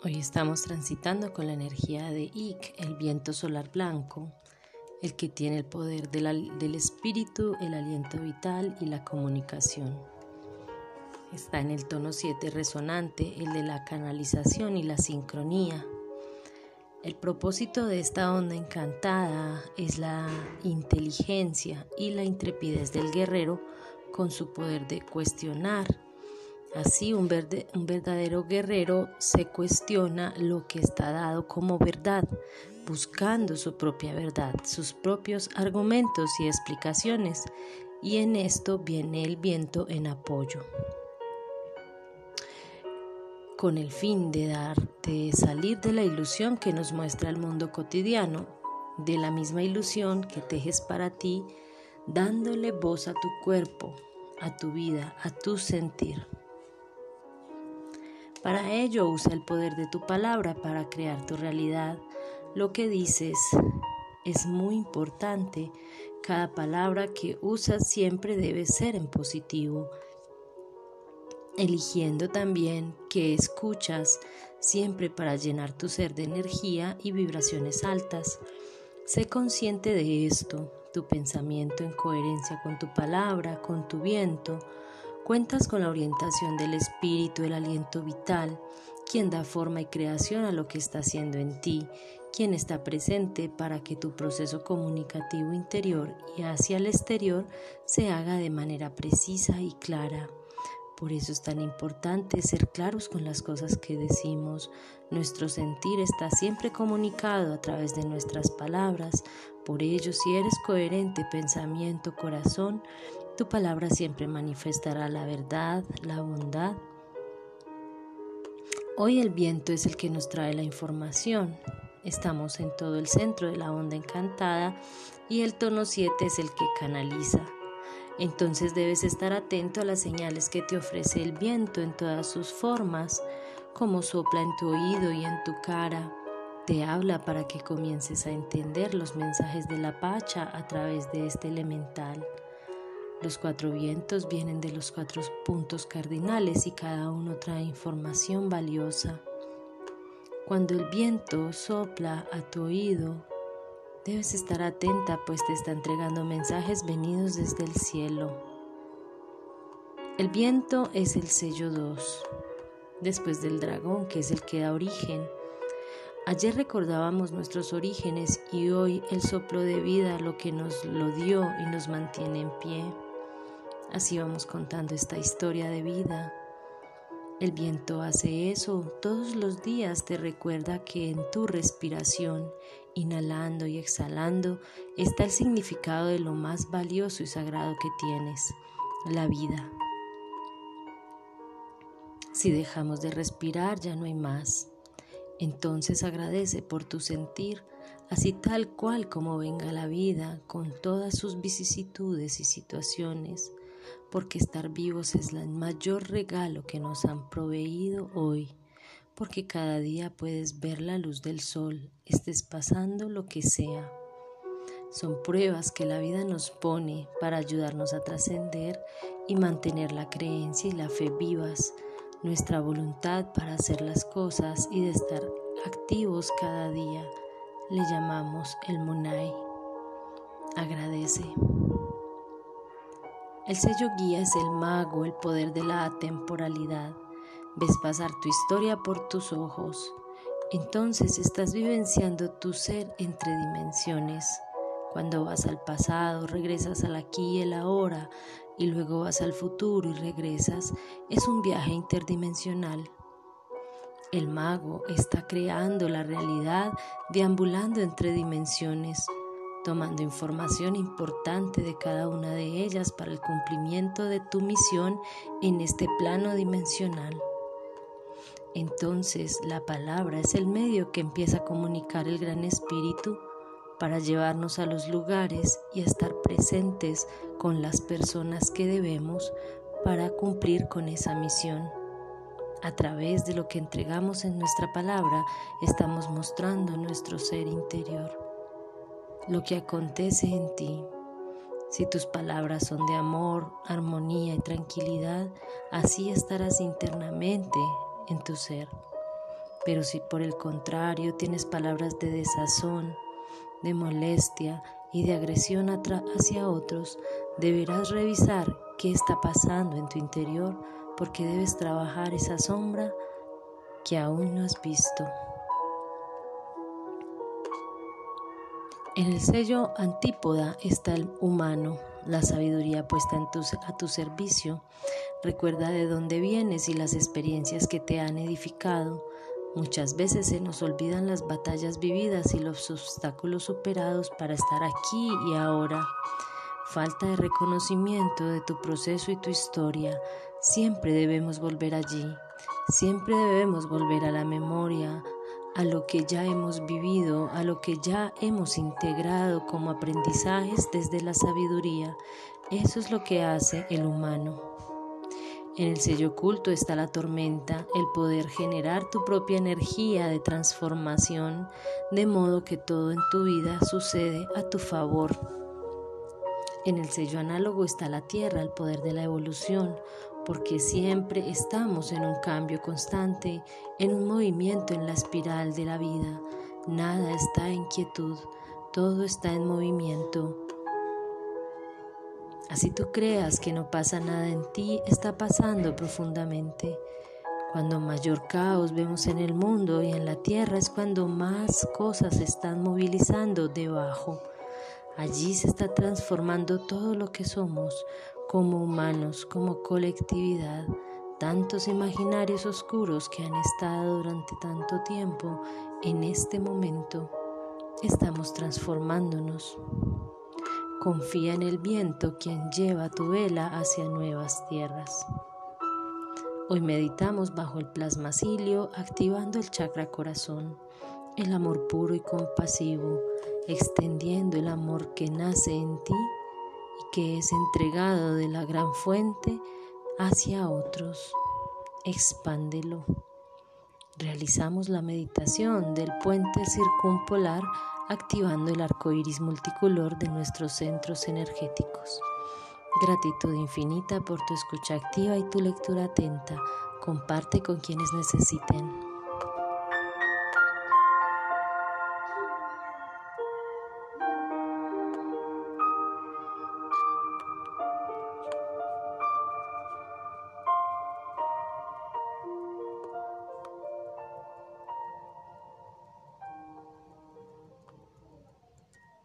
Hoy estamos transitando con la energía de Ik, el viento solar blanco, el que tiene el poder del espíritu, el aliento vital y la comunicación. Está en el tono 7 resonante, el de la canalización y la sincronía. El propósito de esta onda encantada es la inteligencia y la intrepidez del guerrero con su poder de cuestionar. Así, un verdadero guerrero se cuestiona lo que está dado como verdad, buscando su propia verdad, sus propios argumentos y explicaciones, y en esto viene el viento en apoyo, con el fin de salir de la ilusión que nos muestra el mundo cotidiano, de la misma ilusión que tejes para ti, dándole voz a tu cuerpo, a tu vida, a tu sentir. Para ello usa el poder de tu palabra para crear tu realidad. Lo que dices es muy importante. Cada palabra que usas siempre debe ser en positivo, eligiendo también qué escuchas siempre para llenar tu ser de energía y vibraciones altas. Sé consciente de esto, tu pensamiento en coherencia con tu palabra, con tu viento. Cuentas con la orientación del espíritu, el aliento vital, quien da forma y creación a lo que está haciendo en ti, quien está presente para que tu proceso comunicativo interior y hacia el exterior se haga de manera precisa y clara. Por eso es tan importante ser claros con las cosas que decimos. Nuestro sentir está siempre comunicado a través de nuestras palabras. Por ello, si eres coherente pensamiento, corazón, tu palabra siempre manifestará la verdad, la bondad. Hoy el viento es el que nos trae la información. Estamos en todo el centro de la onda encantada y el tono 7 es el que canaliza. Entonces debes estar atento a las señales que te ofrece el viento en todas sus formas, como sopla en tu oído y en tu cara. Te habla para que comiences a entender los mensajes de la Pacha a través de este elemental. Los 4 vientos vienen de los 4 puntos cardinales y cada uno trae información valiosa. Cuando el viento sopla a tu oído, debes estar atenta, pues te está entregando mensajes venidos desde el cielo. El viento es el sello 2, después del dragón, que es el que da origen. Ayer recordábamos nuestros orígenes y hoy el soplo de vida lo que nos lo dio y nos mantiene en pie. Así vamos contando esta historia de vida. El viento hace eso todos los días, te recuerda que en tu respiración, inhalando y exhalando, está el significado de lo más valioso y sagrado que tienes, la vida. Si dejamos de respirar, ya no hay más. Entonces agradece por tu sentir, así tal cual como venga la vida, con todas sus vicisitudes y situaciones, porque estar vivos es el mayor regalo que nos han proveído hoy, porque cada día puedes ver la luz del sol, estés pasando lo que sea. Son pruebas que la vida nos pone para ayudarnos a trascender y mantener la creencia y la fe vivas, nuestra voluntad para hacer las cosas y de estar activos cada día. Le llamamos el Monai. Agradece. El sello guía es el mago, el poder de la atemporalidad. Ves pasar tu historia por tus ojos. Entonces estás vivenciando tu ser entre dimensiones. Cuando vas al pasado, regresas al aquí y el ahora, y luego vas al futuro y regresas. Es un viaje interdimensional. El mago está creando la realidad, deambulando entre dimensiones, tomando información importante de cada una de ellas para el cumplimiento de tu misión en este plano dimensional. Entonces, la palabra es el medio que empieza a comunicar el Gran Espíritu para llevarnos a los lugares y a estar presentes con las personas que debemos para cumplir con esa misión. A través de lo que entregamos en nuestra palabra, estamos mostrando nuestro ser interior. Lo que acontece en ti. Si tus palabras son de amor, armonía y tranquilidad, así estarás internamente en tu ser. Pero si por el contrario tienes palabras de desazón, de molestia y de agresión hacia otros, deberás revisar qué está pasando en tu interior, porque debes trabajar esa sombra que aún no has visto. En el sello antípoda está el humano, la sabiduría puesta a tu servicio. Recuerda de dónde vienes y las experiencias que te han edificado. Muchas veces se nos olvidan las batallas vividas y los obstáculos superados para estar aquí y ahora. Falta de reconocimiento de tu proceso y tu historia. Siempre debemos volver allí. Siempre debemos volver a la memoria, a lo que ya hemos vivido, a lo que ya hemos integrado como aprendizajes desde la sabiduría. Eso es lo que hace el humano. En el sello oculto está la tormenta, el poder generar tu propia energía de transformación, de modo que todo en tu vida sucede a tu favor. En el sello análogo está la tierra, el poder de la evolución, porque siempre estamos en un cambio constante, en un movimiento en la espiral de la vida. Nada está en quietud, todo está en movimiento. Así tú creas que no pasa nada en ti, está pasando profundamente. Cuando mayor caos vemos en el mundo y en la tierra es cuando más cosas se están movilizando debajo. Allí se está transformando todo lo que somos, como humanos, como colectividad. Tantos imaginarios oscuros que han estado durante tanto tiempo, en este momento estamos transformándonos. Confía en el viento, quien lleva tu vela hacia nuevas tierras. Hoy meditamos bajo el plasmacilio, activando el chakra corazón, el amor puro y compasivo, extendiendo el amor que nace en ti y que es entregado de la gran fuente hacia otros. Expándelo. Realizamos la meditación del puente circumpolar, activando el arco iris multicolor de nuestros centros energéticos. Gratitud infinita por tu escucha activa y tu lectura atenta. Comparte con quienes necesiten.